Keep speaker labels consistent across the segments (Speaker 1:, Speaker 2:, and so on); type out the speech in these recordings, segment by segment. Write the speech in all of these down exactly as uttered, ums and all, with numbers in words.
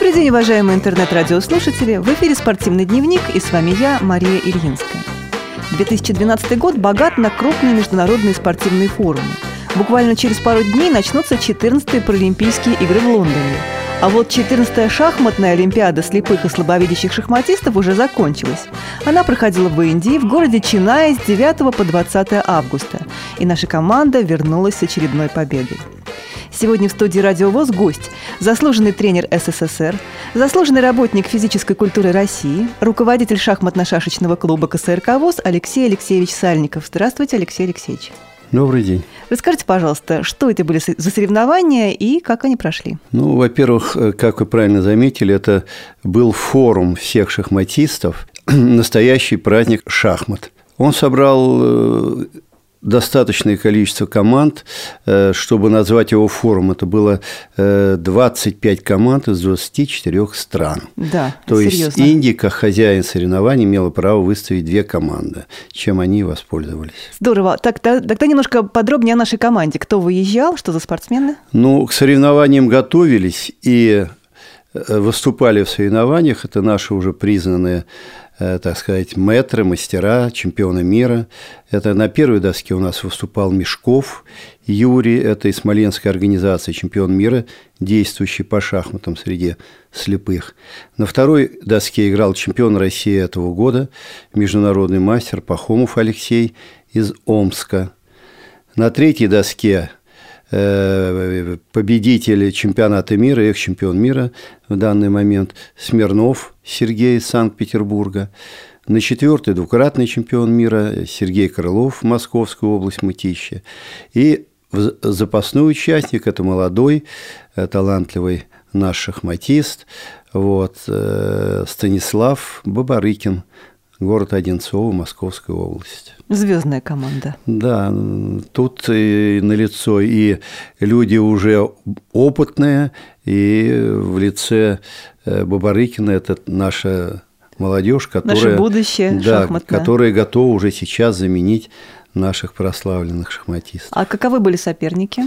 Speaker 1: Добрый день, уважаемые интернет-радиослушатели! В эфире «Спортивный дневник» и с вами я, Мария Ильинская. две тысячи двенадцатый год богат на крупные международные спортивные форумы. Буквально через пару дней начнутся четырнадцатые Паралимпийские игры в Лондоне. А вот четырнадцатая шахматная олимпиада слепых и слабовидящих шахматистов уже закончилась. Она проходила в Индии, в городе Ченнай с девятого по двадцатое августа. И наша команда вернулась с очередной победой. Сегодня в студии «Радио ВОС» гость, заслуженный тренер СССР, заслуженный работник физической культуры России, руководитель шахматно-шашечного клуба КСРК ВОС Алексей Алексеевич Сальников. Здравствуйте, Алексей Алексеевич.
Speaker 2: Добрый день.
Speaker 1: Расскажите, пожалуйста, что это были за соревнования и как они прошли?
Speaker 2: Ну, во-первых, как вы правильно заметили, это был форум всех шахматистов, настоящий праздник шахмат. Он собрал достаточное количество команд, чтобы назвать его форум. Это было двадцать пять команд из двадцати четырёх стран.
Speaker 1: Да,
Speaker 2: То
Speaker 1: серьезно.
Speaker 2: есть Индия, как хозяин соревнований, имела право выставить две команды, чем они воспользовались.
Speaker 1: Здорово. Так, тогда немножко подробнее о нашей команде. Кто выезжал, что за спортсмены?
Speaker 2: Ну, к соревнованиям готовились и выступали в соревнованиях. Это наши уже признанные, так сказать, мэтры, мастера, чемпионы мира. Это на первой доске у нас выступал Мешков Юрий, это из Смоленской организации, чемпион мира, действующий по шахматам среди слепых. На второй доске играл чемпион России этого года, международный мастер Пахомов Алексей из Омска. На третьей доске победитель чемпионата мира, экс-чемпион мира в данный момент Смирнов Сергей из Санкт-Петербурга. На четвертой двукратный чемпион мира Сергей Крылов, Московская область, Мытищи. И запасной участник – это молодой, талантливый наш шахматист, вот, Станислав Бабарыкин, город Одинцово, Московская область.
Speaker 1: Звездная команда.
Speaker 2: Да, тут и налицо и люди уже опытные, и в лице Бабарыкина это наша молодежь, которая,
Speaker 1: наше будущее
Speaker 2: да,
Speaker 1: шахматное,
Speaker 2: которая готова уже сейчас заменить наших прославленных шахматистов.
Speaker 1: А каковы были соперники?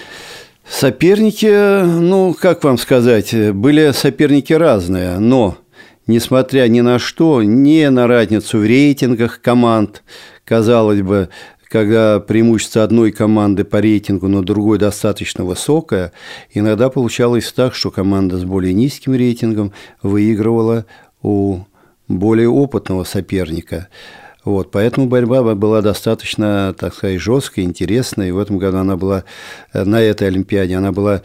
Speaker 2: Соперники, ну, как вам сказать, были соперники разные, но несмотря ни на что, ни на разницу в рейтингах команд, казалось бы, когда преимущество одной команды по рейтингу, но другой достаточно высокое, иногда получалось так, что команда с более низким рейтингом выигрывала у более опытного соперника. Вот, поэтому борьба была достаточно, так сказать, жесткой, интересной. И в этом году она была, на этой Олимпиаде, она была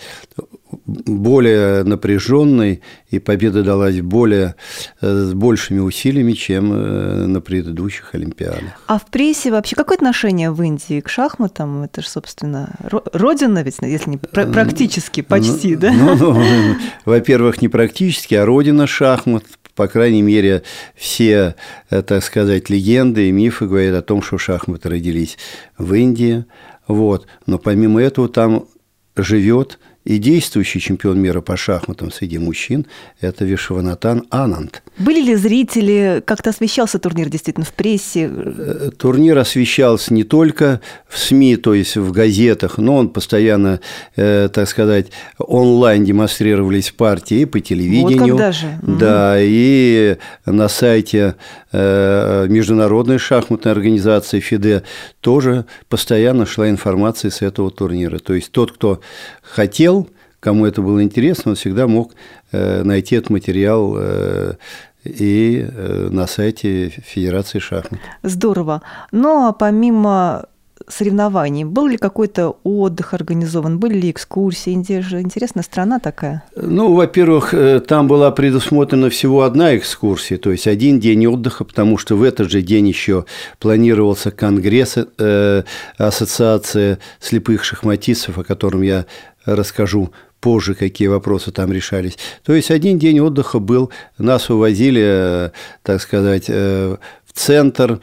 Speaker 2: более напряженной, и победа далась более, с большими усилиями, чем на предыдущих Олимпиадах.
Speaker 1: А в прессе вообще какое отношение в Индии к шахматам? Это же, собственно, родина ведь, если не практически, почти,
Speaker 2: ну,
Speaker 1: да?
Speaker 2: Ну, ну, во-первых, не практически, а родина шахмат. По крайней мере, все, так сказать, легенды и мифы говорят о том, что шахматы родились в Индии. Вот. Но помимо этого там живет и действующий чемпион мира по шахматам среди мужчин – это Вишванатан Ананд.
Speaker 1: Были ли зрители, как-то освещался турнир действительно в прессе?
Speaker 2: Турнир освещался не только в СМИ, то есть в газетах, но он постоянно, э, так сказать, онлайн демонстрировались партии и по телевидению.
Speaker 1: Вот как даже.
Speaker 2: Да, и на сайте э, Международной шахматной организации ФИДЕ тоже постоянно шла информация с этого турнира. То есть тот, кто хотел, кому это было интересно, он всегда мог э, найти этот материал э, и э, на сайте Федерации шахмат.
Speaker 1: Здорово. Ну, а помимо соревнований, был ли какой-то отдых организован, были ли экскурсии? Индия же интересная страна такая.
Speaker 2: Ну, во-первых, там была предусмотрена всего одна экскурсия, то есть один день отдыха, потому что в этот же день еще планировался конгресс э, Ассоциации слепых шахматистов, о котором я расскажу позже, какие вопросы там решались. То есть один день отдыха был, нас увозили, так сказать, в центр,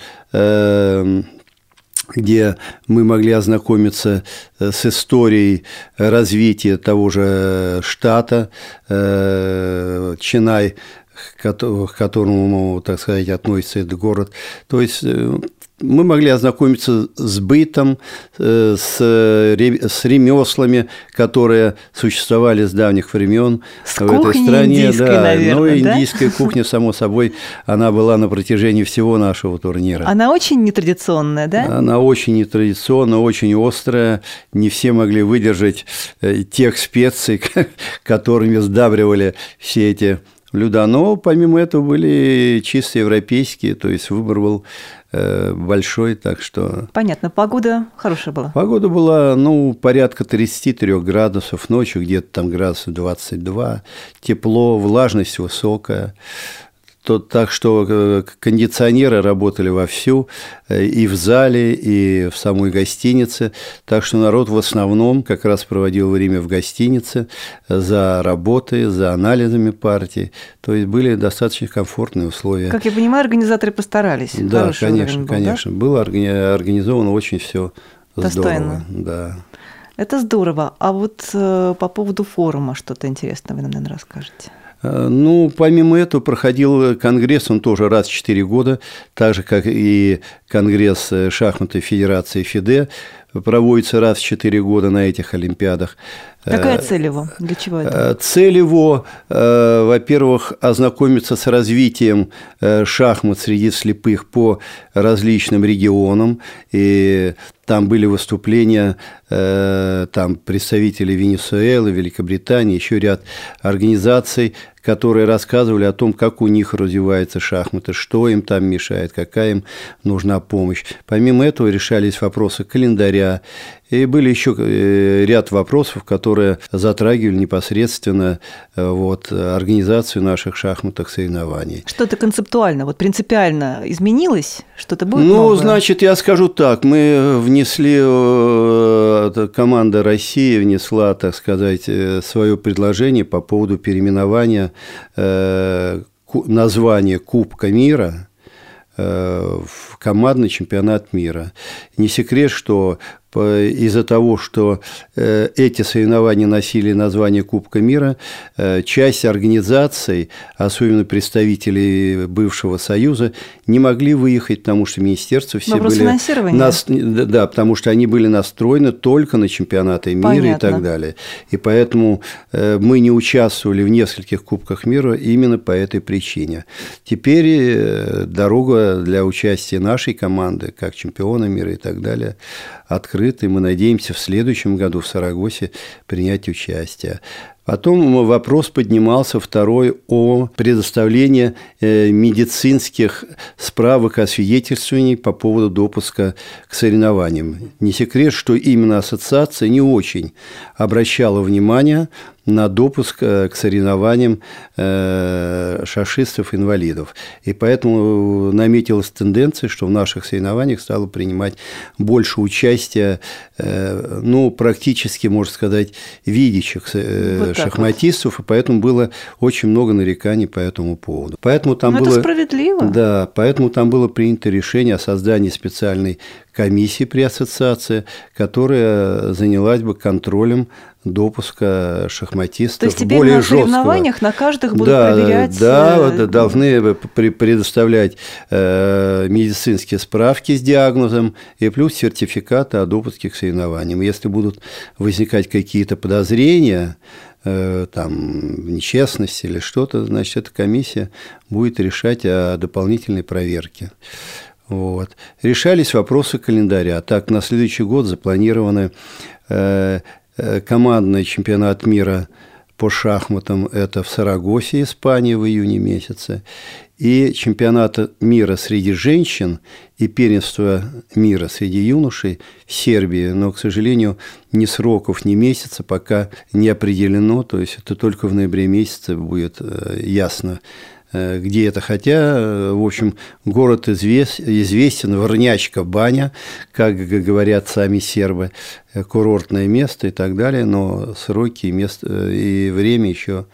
Speaker 2: где мы могли ознакомиться с историей развития того же штата Ченнай, к которому, так сказать, относится этот город. То есть мы могли ознакомиться с бытом, с, с ремеслами, которые существовали с давних времен
Speaker 1: с
Speaker 2: в этой стране.
Speaker 1: Да, наверное,
Speaker 2: но
Speaker 1: да?
Speaker 2: индийская кухня, само собой, она была на протяжении всего нашего турнира.
Speaker 1: Она очень нетрадиционная, да?
Speaker 2: Она очень нетрадиционная, очень острая. Не все могли выдержать тех специй, которыми сдабривали все эти блюда. Но помимо этого были чисто европейские, то есть выбор был большой, так что…
Speaker 1: Понятно, погода хорошая была?
Speaker 2: Погода была, ну, порядка тридцать три градусов, ночью где-то там градусов двадцать два, тепло, влажность высокая. То, так что кондиционеры работали вовсю и в зале, и в самой гостинице. Так что народ в основном как раз проводил время в гостинице за работой, за анализами партий. То есть были достаточно комфортные условия.
Speaker 1: Как я понимаю, организаторы постарались.
Speaker 2: Да,
Speaker 1: Хороший
Speaker 2: конечно,
Speaker 1: был,
Speaker 2: конечно.
Speaker 1: Да?
Speaker 2: Было организовано очень все
Speaker 1: достойно.
Speaker 2: Здорово. Да.
Speaker 1: Это здорово. А вот э, по поводу форума что-то интересное вы нам, наверное, расскажете?
Speaker 2: Ну, помимо этого, проходил конгресс, он тоже раз в четыре года, так же, как и конгресс шахматной федерации ФИДЕ, проводится раз в четыре года на этих олимпиадах.
Speaker 1: Какая цель его? Для чего это?
Speaker 2: Цель его, во-первых, ознакомиться с развитием шахмат среди слепых по различным регионам. И там были выступления там, представителей Венесуэлы, Великобритании, еще ряд организаций, которые рассказывали о том, как у них развиваются шахматы, что им там мешает, какая им нужна помощь. Помимо этого решались вопросы календаря, и были еще ряд вопросов, которые затрагивали непосредственно вот, организацию наших шахматных соревнований.
Speaker 1: Что-то концептуально, вот принципиально изменилось? Что-то будет
Speaker 2: Ну,
Speaker 1: новое?
Speaker 2: значит, я скажу так, мы внесли, команда России внесла, так сказать, свое предложение по поводу переименования названия Кубка мира в командный чемпионат мира. Не секрет, что из-за того, что эти соревнования носили название Кубка мира, часть организаций, особенно представителей бывшего Союза, не могли выехать, потому что министерства все
Speaker 1: Вопрос
Speaker 2: были…
Speaker 1: финансирования?
Speaker 2: Нас, да, потому что они были настроены только на чемпионаты мира. Понятно. И так далее. И поэтому мы не участвовали в нескольких Кубках мира именно по этой причине. Теперь дорога для участия нашей команды, как чемпиона мира и так далее, открыта. И мы надеемся в следующем году в Сарагосе принять участие. Потом вопрос поднимался второй о предоставлении медицинских справок о свидетельствовании по поводу допуска к соревнованиям. Не секрет, что именно ассоциация не очень обращала внимание на допуск к соревнованиям шашистов-инвалидов. И поэтому наметилась тенденция, что в наших соревнованиях стало принимать больше участия, ну, практически, можно сказать, видящих вот шахматистов, вот. И поэтому было очень много нареканий по этому поводу. Поэтому там
Speaker 1: Но
Speaker 2: было,
Speaker 1: это справедливо.
Speaker 2: Да, поэтому там было принято решение о создании специальной комиссии при ассоциации, которая занялась бы контролем допуска шахматистов.
Speaker 1: То есть теперь
Speaker 2: более
Speaker 1: на
Speaker 2: жесткого.
Speaker 1: Соревнованиях на каждых будут
Speaker 2: да,
Speaker 1: проверять…
Speaker 2: Да, да, должны предоставлять э, медицинские справки с диагнозом и плюс сертификаты о допуске к соревнованиям. Если будут возникать какие-то подозрения, э, там, нечестности или что-то, значит, эта комиссия будет решать о дополнительной проверке. Вот. Решались вопросы календаря. Так, на следующий год запланированы э, командный чемпионат мира по шахматам, это в Сарагосе, Испания, в июне месяце, и чемпионат мира среди женщин и первенство мира среди юношей в Сербии, но, к сожалению, ни сроков, ни месяца пока не определено, то есть это только в ноябре месяце будет ясно, где это, хотя, в общем, город известен, Врнячка баня, как говорят сами сербы, курортное место и так далее, но сроки и, место, и время еще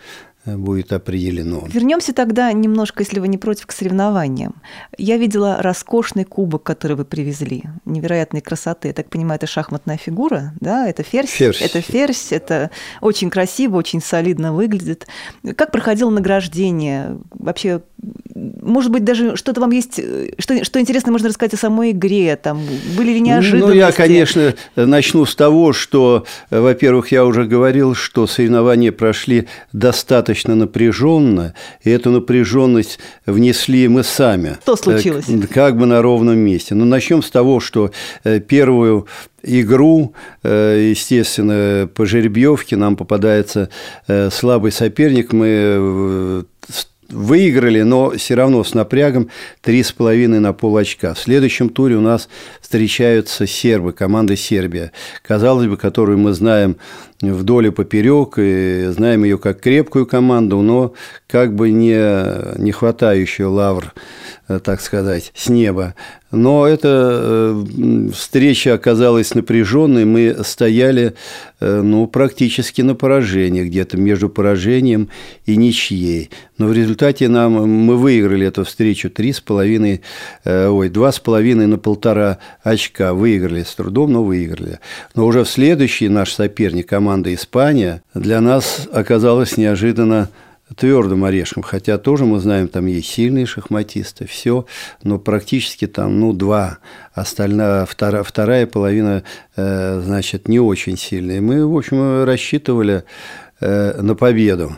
Speaker 2: будет определено.
Speaker 1: Вернемся тогда немножко, если вы не против, к соревнованиям. Я видела роскошный кубок, который вы привезли, невероятной красоты. Я так понимаю, это шахматная фигура, да? Это ферзь?
Speaker 2: Ферзь.
Speaker 1: Это ферзь, это очень красиво, очень солидно выглядит. Как проходило награждение? Вообще, может быть, даже что-то вам есть, что, что интересно можно рассказать о самой игре? Там, были ли неожиданности?
Speaker 2: Ну, я, конечно, начну с того, что, во-первых, я уже говорил, что соревнования прошли достаточно напряженно, и эту напряженность внесли мы сами.
Speaker 1: Что случилось?
Speaker 2: Как бы на ровном месте. Но начнем с того, что первую игру, естественно, по жеребьевке нам попадается слабый соперник. Мы выиграли, но все равно с напрягом три с половиной на пол очка. В следующем туре у нас встречаются сербы, команда Сербия, казалось бы, которую мы знаем вдоль и поперек, и знаем ее как крепкую команду, но как бы не, не хватающую лавр, так сказать, с неба. Но эта встреча оказалась напряженной, мы стояли ну, практически на поражении, где-то между поражением и ничьей. Но в результате нам, мы выиграли эту встречу три с половиной, ой, два с половиной на полтора очка. Выиграли с трудом, но выиграли. Но уже в следующий наш соперник, команда Испания, для нас оказалась неожиданно твердым орешком, хотя тоже мы знаем, там есть сильные шахматисты, все, но практически там, ну, два, остальная, вторая, вторая половина, э, значит, не очень сильные. Мы, в общем, рассчитывали э, на победу.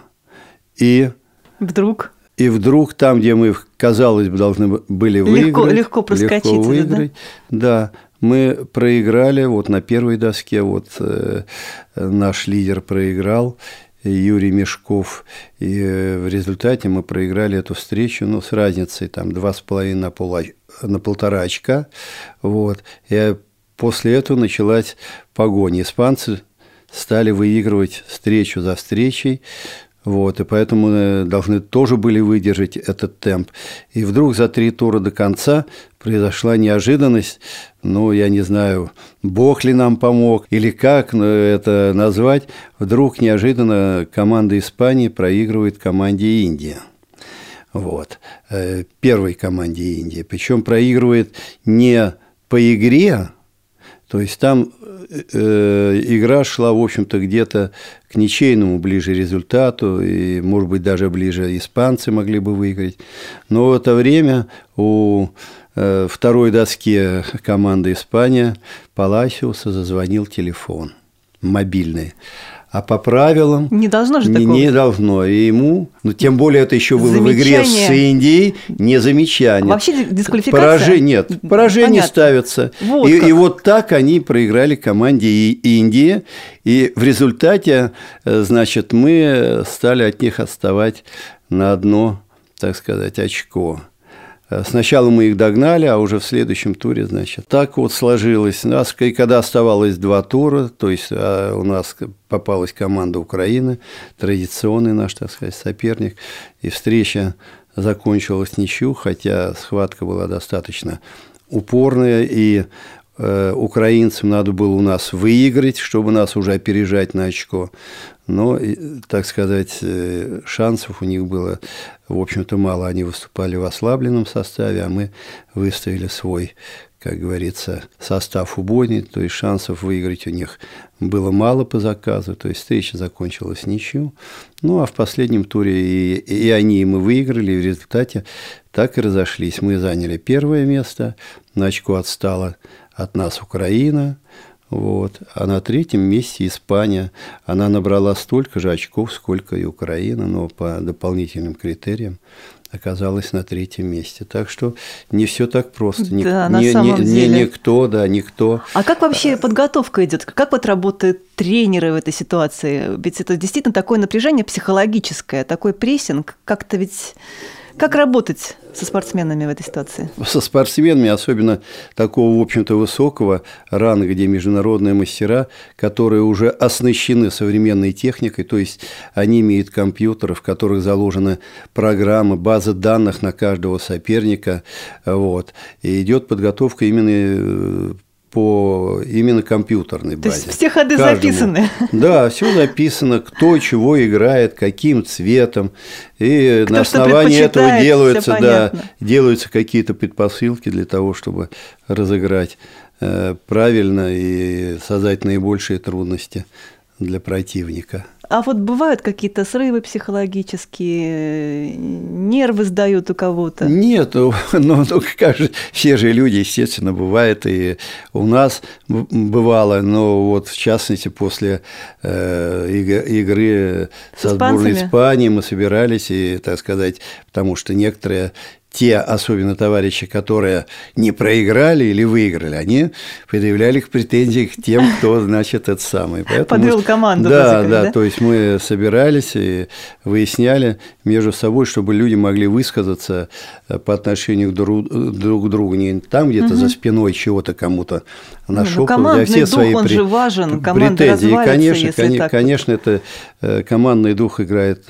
Speaker 2: И
Speaker 1: вдруг?
Speaker 2: И вдруг там, где мы, казалось бы, должны были выиграть,
Speaker 1: легко, легко проскочить,
Speaker 2: легко выиграть,
Speaker 1: да?
Speaker 2: да, мы проиграли, вот на первой доске, вот э, наш лидер проиграл, Юрий Мешков, и в результате мы проиграли эту встречу, ну, с разницей там два с половиной на, пол, на полтора очка, вот, и после этого началась погоня. Испанцы стали выигрывать встречу за встречей, вот, и поэтому должны тоже были выдержать этот темп. И вдруг за три тура до конца произошла неожиданность, ну, я не знаю, Бог ли нам помог, или как это назвать. Вдруг неожиданно команда Испании проигрывает команде Индии. Вот, первой команде Индии. Причем проигрывает не по игре, то есть там э, игра шла, в общем-то, где-то к ничейному ближе результату, и, может быть, даже ближе испанцы могли бы выиграть. Но в это время у э, второй доски команды Испания Паласиуса зазвонил телефон мобильный. А по правилам
Speaker 1: не должно же
Speaker 2: не,
Speaker 1: такого.
Speaker 2: Не должно. И ему, ну, тем более это еще было замечание. В игре с Индией, не замечание.
Speaker 1: А вообще дисквалификация?
Speaker 2: Поражение, нет, поражение ставится. Вот и, и вот так они проиграли команде Индии. И в результате, значит, мы стали от них отставать на одно, так сказать, очко. Сначала мы их догнали, а уже в следующем туре, значит, так вот сложилось. У нас, и когда оставалось два тура, то есть у нас попалась команда Украины, традиционный наш, так сказать, соперник, и встреча закончилась ничью, хотя схватка была достаточно упорная, и э, украинцам надо было у нас выиграть, чтобы нас уже опережать на очко. Но, так сказать, шансов у них было, в общем-то, мало. Они выступали в ослабленном составе, а мы выставили свой, как говорится, состав убойный. То есть шансов выиграть у них было мало по заказу. То есть встреча закончилась ничью. Ну, а в последнем туре и, и они, и мы выиграли. И в результате так и разошлись. Мы заняли первое место. На очко отстала от нас Украина. Вот. А на третьем месте Испания. Она набрала столько же очков, сколько и Украина, но по дополнительным критериям оказалась на третьем месте. Так что не все так просто. Ник-
Speaker 1: да,
Speaker 2: не,
Speaker 1: на самом
Speaker 2: не,
Speaker 1: деле.
Speaker 2: Не, никто, да, никто.
Speaker 1: А как вообще подготовка идет? Как вот работают тренеры в этой ситуации? Ведь это действительно такое напряжение психологическое, такой прессинг. Как-то ведь... Как работать со спортсменами в этой ситуации?
Speaker 2: Со спортсменами, особенно такого, в общем-то, высокого ранга, где международные мастера, которые уже оснащены современной техникой, то есть они имеют компьютеры, в которых заложены программы, базы данных на каждого соперника. Вот. И идет подготовка именно по именно компьютерной базе.
Speaker 1: То есть все ходы
Speaker 2: Каждому.
Speaker 1: записаны.
Speaker 2: Да, все записано, кто чего играет, каким цветом. И кто на основании этого делаются, да, делаются какие-то предпосылки для того, чтобы разыграть э, правильно и создать наибольшие трудности для противника.
Speaker 1: А вот бывают какие-то срывы психологические, нервы сдают у кого-то?
Speaker 2: Нет, ну, ну как же, все же люди, естественно, бывает, и у нас бывало, но вот в частности после э, игры со сборной Испании мы собирались, и, так сказать, потому что некоторые те, особенно товарищи, которые не проиграли или выиграли, они предъявляли к претензии к тем, кто, значит, это самое. Поэтому,
Speaker 1: подвел команду.
Speaker 2: Да, да, да, то есть мы собирались и выясняли между собой, чтобы люди могли высказаться по отношению друг, друг к другу, не там где-то угу. за спиной чего-то кому-то нашептывать,
Speaker 1: ну, а все дух, свои он пр... же важен,
Speaker 2: претензии. И, конечно,
Speaker 1: если
Speaker 2: конечно,
Speaker 1: так.
Speaker 2: конечно, это командный дух играет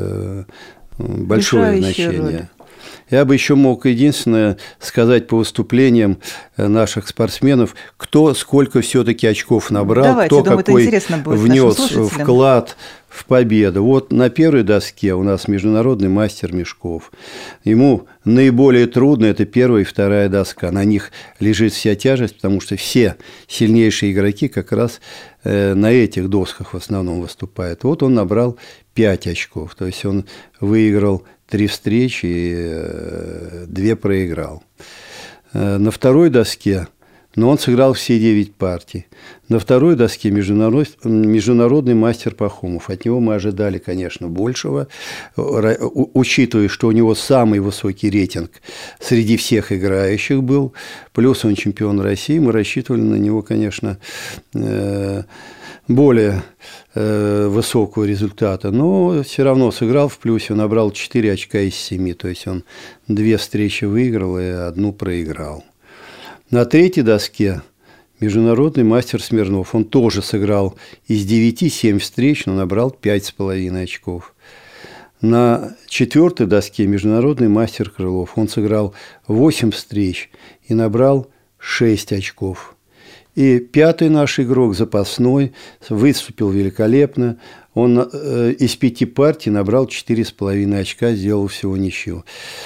Speaker 2: большое
Speaker 1: Решающую
Speaker 2: значение.
Speaker 1: Роль.
Speaker 2: Я бы еще мог единственное сказать по выступлениям наших спортсменов, кто сколько все-таки очков набрал,
Speaker 1: Давайте,
Speaker 2: кто
Speaker 1: думаю,
Speaker 2: какой
Speaker 1: внес
Speaker 2: вклад в победу. Вот на первой доске у нас международный мастер Мешков. Ему наиболее трудно это первая и вторая доска. На них лежит вся тяжесть, потому что все сильнейшие игроки как раз на этих досках в основном выступают. Вот он набрал пять очков, то есть он выиграл три встречи и две проиграл. На второй доске, но он сыграл все девять партий. На второй доске международный, международный мастер Пахомов. От него мы ожидали, конечно, большего, учитывая, что у него самый высокий рейтинг среди всех играющих был. Плюс он чемпион России. Мы рассчитывали на него, конечно, более э, высокого результата, но все равно сыграл в плюсе, он набрал четыре очка из семи, то есть он две встречи выиграл и одну проиграл. На третьей доске международный мастер Смирнов, он тоже сыграл из девяти семь встреч, но набрал пять с половиной очков. На четвертой доске международный мастер Крылов, он сыграл восемь встреч и набрал шесть очков. И пятый наш игрок, запасной, выступил великолепно. Он э, из пяти партий набрал четыре с половиной очка, сделал всего ничью,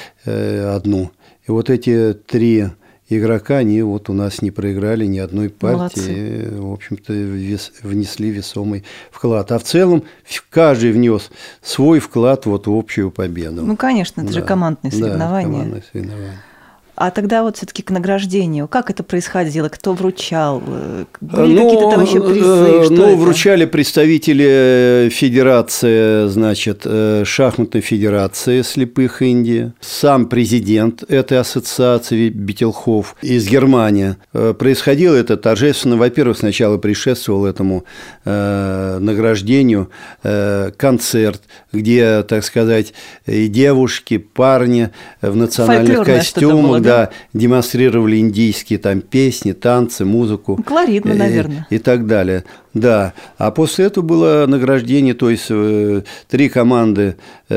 Speaker 2: э, одну. И вот эти три игрока, они вот у нас не проиграли ни одной партии. И, в общем-то, вес, внесли весомый вклад. А в целом каждый внес свой вклад вот в общую победу.
Speaker 1: Ну, конечно, это да. же командные соревнования.
Speaker 2: Да, командные соревнования.
Speaker 1: А тогда вот все-таки к награждению, как это происходило, кто вручал, были ну, какие-то там еще призы? Что
Speaker 2: ну,
Speaker 1: это?
Speaker 2: Вручали представители федерации, значит, шахматной федерации слепых Индии, сам президент этой ассоциации Бетелхов из Германии. Происходило это торжественно. Во-первых, сначала предшествовал этому э, награждению э, концерт, где, так сказать, и девушки, парни в национальных костюмах, да, демонстрировали индийские там песни, танцы, музыку.
Speaker 1: Колоритно,
Speaker 2: и,
Speaker 1: наверное.
Speaker 2: И так далее. Да. А после этого было награждение, то есть э, три команды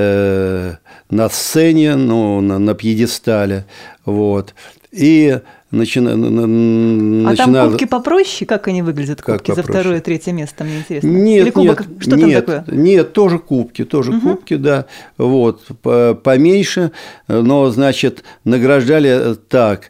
Speaker 2: э, на сцене, ну, на, на пьедестале. Вот. И начина... начинали...
Speaker 1: А там кубки попроще? Как они выглядят, кубки
Speaker 2: как
Speaker 1: за второе и третье место, мне интересно.
Speaker 2: Нет,
Speaker 1: Или кубок,
Speaker 2: нет,
Speaker 1: что
Speaker 2: нет,
Speaker 1: там такое?
Speaker 2: Нет, тоже кубки, тоже угу. кубки, да. Вот, поменьше, но, значит, награждали так.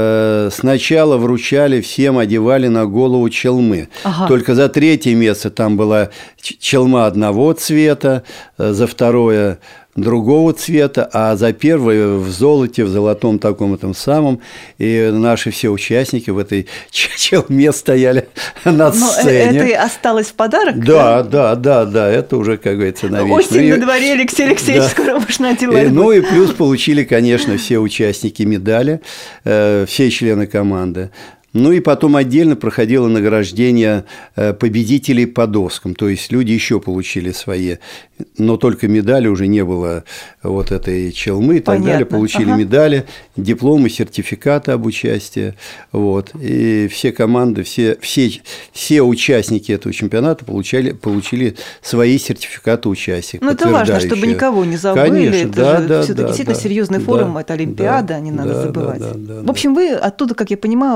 Speaker 2: Сначала вручали всем, одевали на голову челмы. Ага. Только за третье место там была челма одного цвета, за второе другого цвета, а за первое в золоте, в золотом таком этом самом. И наши все участники в этой челме стояли на сцене.
Speaker 1: Но это осталось в подарок?
Speaker 2: Да, да, да, да, это уже, как говорится, навечно.
Speaker 1: Осень на дворе, Алексей Алексеевич, да. Скоро можно одевать.
Speaker 2: Ну и плюс получили, конечно, все участники медали, все члены команды. Ну и потом отдельно проходило награждение победителей по доскам. То есть люди еще получили свои, но только медали, уже не было вот этой челмы и так Понятно. далее. Получили ага. медали, дипломы, сертификаты об участии. Вот. И все команды, все, все, все участники этого чемпионата получали, получили свои сертификаты участия.
Speaker 1: Ну это важно, чтобы никого не забыли.
Speaker 2: Конечно,
Speaker 1: это
Speaker 2: да,
Speaker 1: же
Speaker 2: да,
Speaker 1: действительно
Speaker 2: да,
Speaker 1: серьезный
Speaker 2: да,
Speaker 1: форум,
Speaker 2: да,
Speaker 1: это Олимпиада,
Speaker 2: да,
Speaker 1: не надо
Speaker 2: да,
Speaker 1: забывать.
Speaker 2: Да, да, да,
Speaker 1: в общем, вы оттуда, как я понимаю, уехали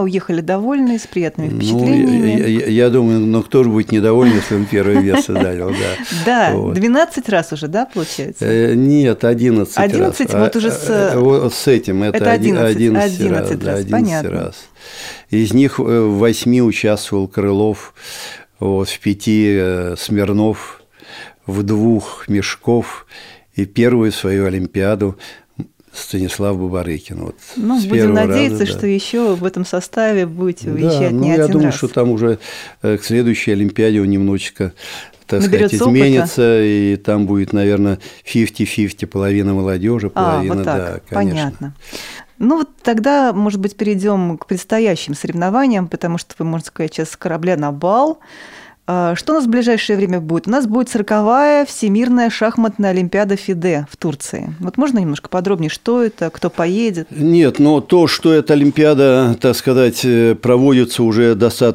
Speaker 1: довольны, с приятными
Speaker 2: Ну,
Speaker 1: впечатлениями.
Speaker 2: я, я, я думаю, ну кто же будет недоволен, если он первое место занял, да.
Speaker 1: Да,
Speaker 2: Вот.
Speaker 1: двенадцать раз уже, да, получается?
Speaker 2: Э, Нет, одиннадцать раз.
Speaker 1: одиннадцать, вот уже с...
Speaker 2: А, вот с этим, это,
Speaker 1: это одиннадцать,
Speaker 2: одиннадцать,
Speaker 1: одиннадцать
Speaker 2: раз,
Speaker 1: раз,
Speaker 2: да, одиннадцать
Speaker 1: понятно.
Speaker 2: раз. Из них в восьми участвовал Крылов, вот, в пяти Смирнов, в двух Мешков, и первую свою Олимпиаду Станислав Бабарыкин. Вот,
Speaker 1: ну, будем надеяться, раза, да. что еще в этом составе будете выезжать да, не ну, один раз.
Speaker 2: Я думаю, что там уже к следующей Олимпиаде он немножечко, так
Speaker 1: Наберется
Speaker 2: сказать, изменится,
Speaker 1: опыта.
Speaker 2: И там будет, наверное, пятьдесят-пятьдесят, половина молодежи, половина,
Speaker 1: а, вот так,
Speaker 2: да, конечно.
Speaker 1: Понятно. Ну вот тогда, может быть, перейдем к предстоящим соревнованиям, потому что вы, можно сказать, сейчас с корабля на бал. Что у нас в ближайшее время будет? У нас будет сороковая Всемирная шахматная олимпиада ФИДЕ в Турции. Вот можно немножко подробнее, что это, кто поедет?
Speaker 2: Нет, но то, что эта олимпиада, так сказать, проводится уже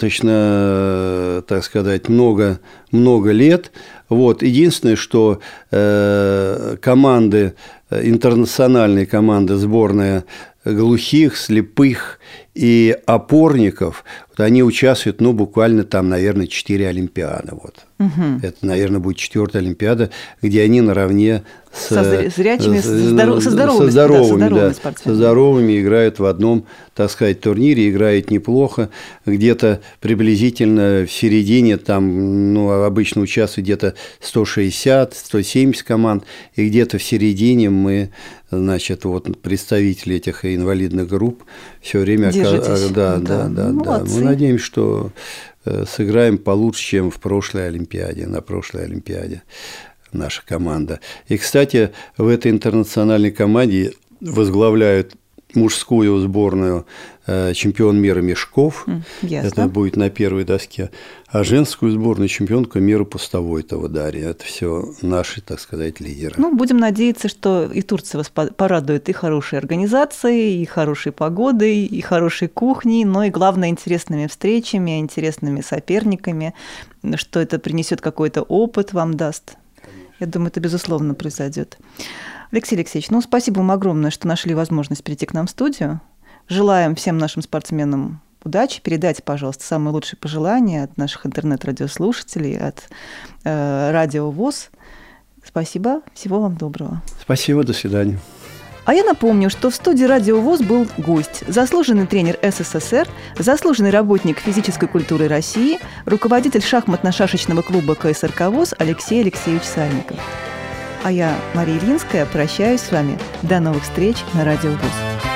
Speaker 2: достаточно, так сказать, много, много лет. Вот. Единственное, что э, команды, интернациональные команды, сборная глухих, слепых и опорников, вот они участвуют, ну, буквально там, наверное, четыре олимпиады. Вот. Угу. Это, наверное, будет четвертая олимпиада, где они наравне с,
Speaker 1: со зрячими,
Speaker 2: с,
Speaker 1: со, здоров, со здоровыми,
Speaker 2: со здоровыми,
Speaker 1: да, со здоровыми
Speaker 2: да,
Speaker 1: спортсменами.
Speaker 2: Со здоровыми играют в одном, так сказать, турнире, играют неплохо, где-то приблизительно в середине, там, ну, обычно участвуют где-то сто шестьдесят - сто семьдесят команд, и где-то в середине мы, значит, вот представители этих инвалидных групп все время...
Speaker 1: Держитесь.
Speaker 2: Да, да, да, да, да. Мы надеемся, что сыграем получше, чем в прошлой Олимпиаде, на прошлой Олимпиаде наша команда. И, кстати, в этой интернациональной команде возглавляют мужскую сборную э, чемпион мира Мешков,
Speaker 1: Ясно.
Speaker 2: Это будет на первой доске, а женскую сборную чемпионка мира Пустовойтова Дарья. Это все наши, так сказать, лидеры.
Speaker 1: Ну, будем надеяться, что и Турция вас порадует и хорошей организацией, и хорошей погодой, и хорошей кухней, но и, главное, интересными встречами, интересными соперниками, что это принесет какой-то опыт, вам даст. Я думаю, это, безусловно, произойдет. Алексей Алексеевич, ну, спасибо вам огромное, что нашли возможность прийти к нам в студию. Желаем всем нашим спортсменам удачи. Передайте, пожалуйста, самые лучшие пожелания от наших интернет-радиослушателей, от э, Радио ВОС. Спасибо, всего вам доброго.
Speaker 2: Спасибо, до свидания.
Speaker 1: А я напомню, что в студии Радио ВОС был гость, заслуженный тренер СССР, заслуженный работник физической культуры России, руководитель шахматно-шашечного клуба КСРК ВОС Алексей Алексеевич Сальников. А я, Мария Ильинская, прощаюсь с вами. До новых встреч на Радио ВОС.